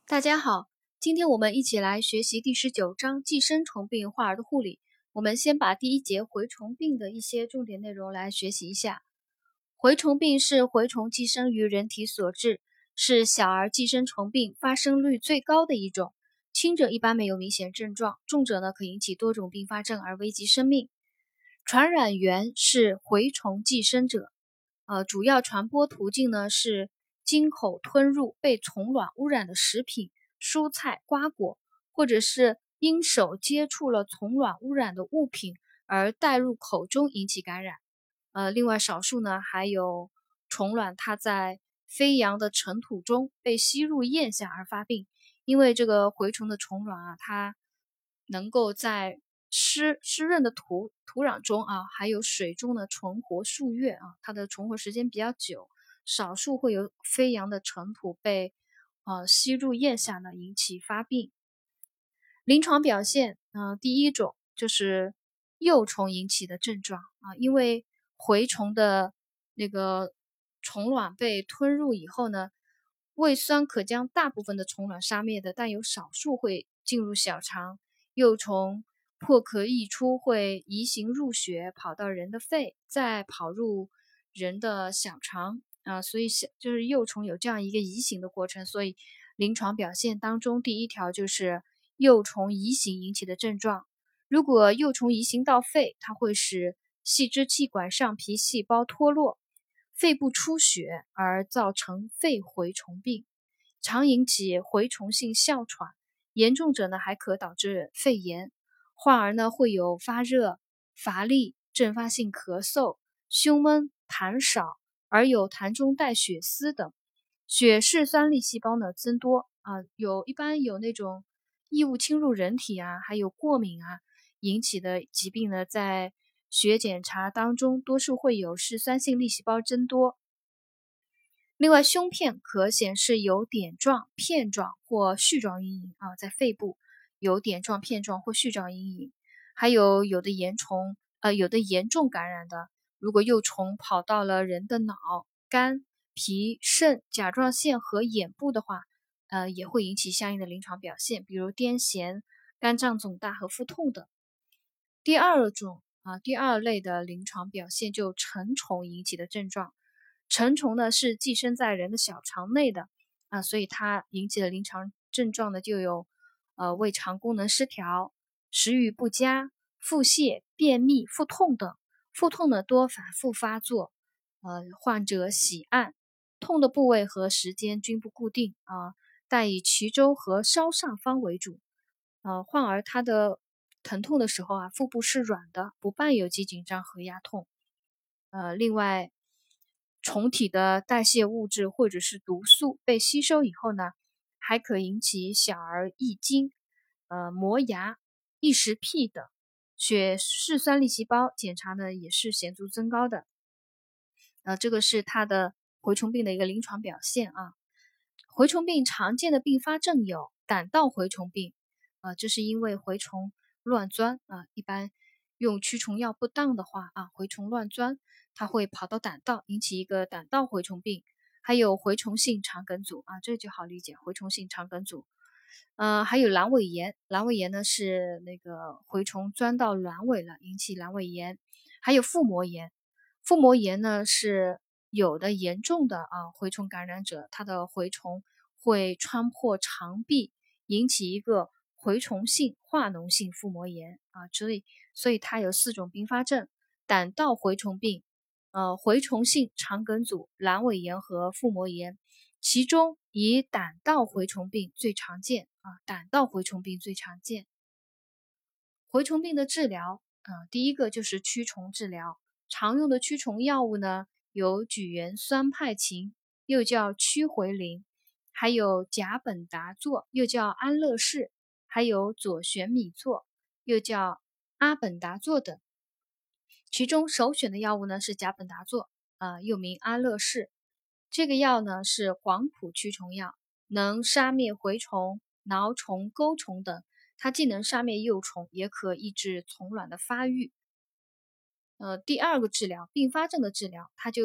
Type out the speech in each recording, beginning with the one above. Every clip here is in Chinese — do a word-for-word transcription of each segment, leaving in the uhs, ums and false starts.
大家好，今天我们一起来学习第十九章寄生虫病患儿的护理。我们先把第一节蛔虫病的一些重点内容来学习一下。蛔虫病是蛔虫寄生于人体所致，是小儿寄生虫病发生率最高的一种。轻者一般没有明显症状，重者呢可引起多种并发症而危及生命。传染源是蛔虫寄生者，呃，主要传播途径呢是经口吞入被虫卵污染的食品、蔬菜、瓜果，或者是因手接触了虫卵污染的物品而带入口中引起感染。呃，另外少数呢还有虫卵它在飞扬的尘土中被吸入咽下而发病，因为这个蛔虫的虫卵啊，它能够在湿湿润的土土壤中啊，还有水中呢存活数月啊，它的存活时间比较久。少数会有飞扬的尘土被呃吸入咽下呢，引起发病。临床表现，嗯、呃，第一种就是幼虫引起的症状啊，因为蛔虫的那个虫卵被吞入以后呢，胃酸可将大部分的虫卵杀灭的，但有少数会进入小肠。幼虫破壳溢出，会移行入血，跑到人的肺，再跑入人的小肠啊，所以小就是幼虫有这样一个移行的过程。所以临床表现当中，第一条就是幼虫移行引起的症状。如果幼虫移行到肺，它会使细支气管上皮细胞脱落，肺部出血，而造成肺蛔虫病，常引起蛔虫性哮喘，严重者呢还可导致肺炎。患儿呢会有发热、乏力、阵发性咳嗽、胸闷、痰少，而有痰中带血丝等。血嗜酸粒细胞呢增多啊，有一般有那种异物侵入人体啊，还有过敏啊引起的疾病呢，在血检查当中多数会有嗜酸性粒细胞增多。另外，胸片可显示有点状、片状或絮状阴影啊，在肺部有点状、片状或絮状阴影。还有有的严虫，呃，有的严重感染的，如果幼虫跑到了人的脑、肝、脾、肾、甲状腺和眼部的话，呃，也会引起相应的临床表现，比如癫痫、肝脏肿大和腹痛等。第二种啊，第二类的临床表现就成虫引起的症状。成虫呢是寄生在人的小肠内的啊，所以它引起的临床症状呢就有呃胃肠功能失调、食欲不佳、腹泻、便秘、腹痛等。腹痛呢多反复发作，呃，患者喜按，痛的部位和时间均不固定啊，但以脐周和稍上方为主。呃，患儿他的疼痛的时候啊，腹部是软的，不伴有肌紧张和压痛。呃，另外，虫体的代谢物质或者是毒素被吸收以后呢，还可引起小儿易惊、呃磨牙、异食癖等。血嗜酸粒细胞检查呢也是显著增高的。呃，这个是它的蛔虫病的一个临床表现啊。蛔虫病常见的并发症有胆道蛔虫病，呃，这是因为蛔虫乱钻啊，一般用驱虫药不当的话啊，蛔虫乱钻，它会跑到胆道，引起一个胆道蛔虫病。还有蛔虫性肠梗阻啊，这就好理解，蛔虫性肠梗阻。呃，还有阑尾炎，阑尾炎呢是那个蛔虫钻到阑尾了，引起阑尾炎。还有腹膜炎，腹膜炎呢是有的严重的啊蛔虫感染者，它的蛔虫会穿破肠壁，引起一个蛔虫性化脓性腹膜炎啊，所以所以它有四种并发症：胆道蛔虫病、呃蛔虫性肠梗阻、阑尾炎和腹膜炎。其中以胆道蛔虫病最常见啊，胆道蛔虫病最常见。蛔虫病的治疗，呃，第一个就是驱虫治疗，常用的驱虫药物呢有举元酸派嗪，又叫驱蛔灵，还有甲苯达唑，又叫安乐士，还有左旋米唑，又叫阿苯达唑等。其中首选的药物呢是甲苯达唑，呃，又名安乐士。这个药呢是黄谱驱虫药，能杀灭蛔虫、挠虫、钩虫等。它既能杀灭幼虫，也可抑制虫卵的发育。呃，第二个治疗，并发症的治疗，它就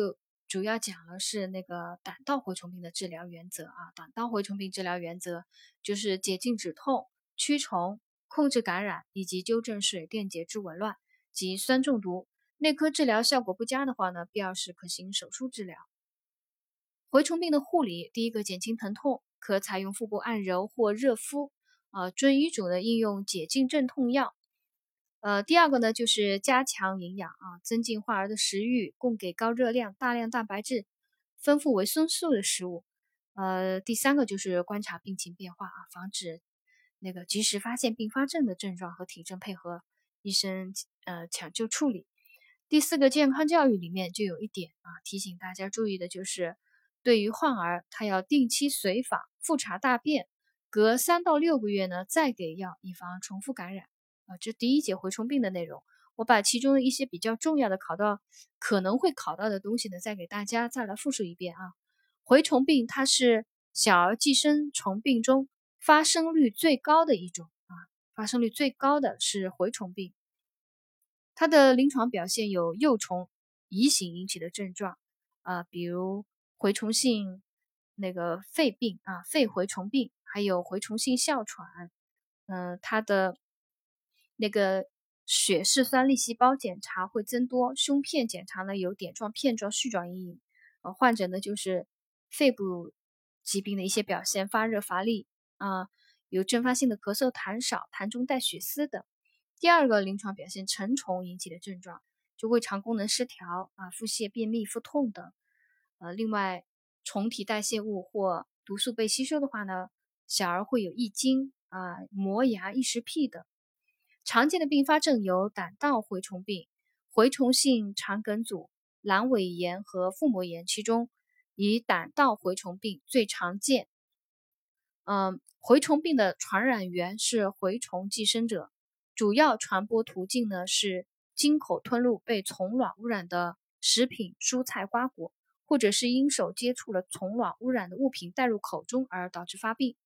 主要讲了是那个胆道蛔虫病的治疗原则啊。胆道蛔虫病治疗原则就是解禁止痛、驱虫、控制感染以及纠正水电解质紊乱及酸中毒。内科治疗效果不佳的话呢，必要时可行手术治疗。蛔虫病的护理，第一个减轻疼痛，可采用腹部按揉或热敷，呃，遵医嘱呢应用解禁镇痛药。呃，第二个呢就是加强营养啊，增进患儿的食欲，供给高热量、大量蛋白质、丰富维生素的食物。呃，第三个就是观察病情变化啊，防止那个及时发现并发症的症状和体征，配合医生呃抢救处理。第四个健康教育里面就有一点啊，提醒大家注意的就是，对于患儿他要定期随访复查大便，隔三到六个月呢再给药，以防重复感染。啊，这第一节蛔虫病的内容，我把其中的一些比较重要的考到可能会考到的东西呢，再给大家再来复述一遍啊。蛔虫病它是小儿寄生虫病中发生率最高的一种啊，发生率最高的是蛔虫病。它的临床表现有幼虫移行引起的症状啊，比如蛔虫性那个肺病啊，肺蛔虫病，还有蛔虫性哮喘。嗯、呃，它的那个血嗜酸粒细胞检查会增多，胸片检查呢有点状、片状、絮状阴影。呃，患者呢就是肺部疾病的一些表现，发热乏力啊，有阵发性的咳嗽、痰少、痰中带血丝等。第二个临床表现，成虫引起的症状，就胃肠功能失调啊，腹泻、便秘、腹痛等。呃，另外，虫体代谢物或毒素被吸收的话呢，小儿会有易惊啊、磨牙、异食癖等。常见的并发症有胆道蛔虫病、蛔虫性肠梗阻、阑尾炎和腹膜炎，其中以胆道蛔虫病最常见。嗯，蛔虫病的传染源是蛔虫寄生者，主要传播途径呢是经口吞入被虫卵污染的食品、蔬菜、瓜果，或者是因手接触了虫卵污染的物品带入口中而导致发病。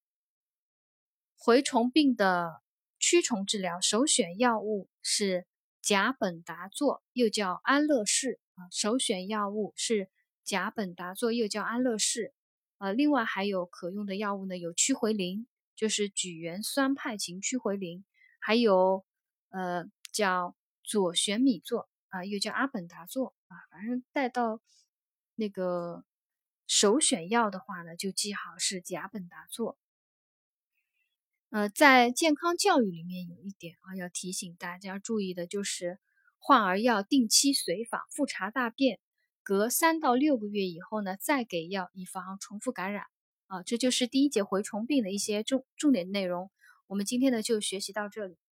蛔虫病的驱虫治疗首选药物是甲苯达唑，又叫安乐士啊。首选药物是甲苯达唑，又叫安乐士。呃，另外还有可用的药物呢，有驱回林，就是举元酸派嗪驱回林，还有呃叫左旋米唑啊，又叫阿苯达唑啊。反正带到那个首选药的话呢，就记好是甲苯达唑。呃，在健康教育里面有一点啊，要提醒大家注意的就是，患儿要定期随访复查大便，隔三到六个月以后呢，再给药，以防重复感染。啊，这就是第一节蛔虫病的一些重重点内容。我们今天呢就学习到这里。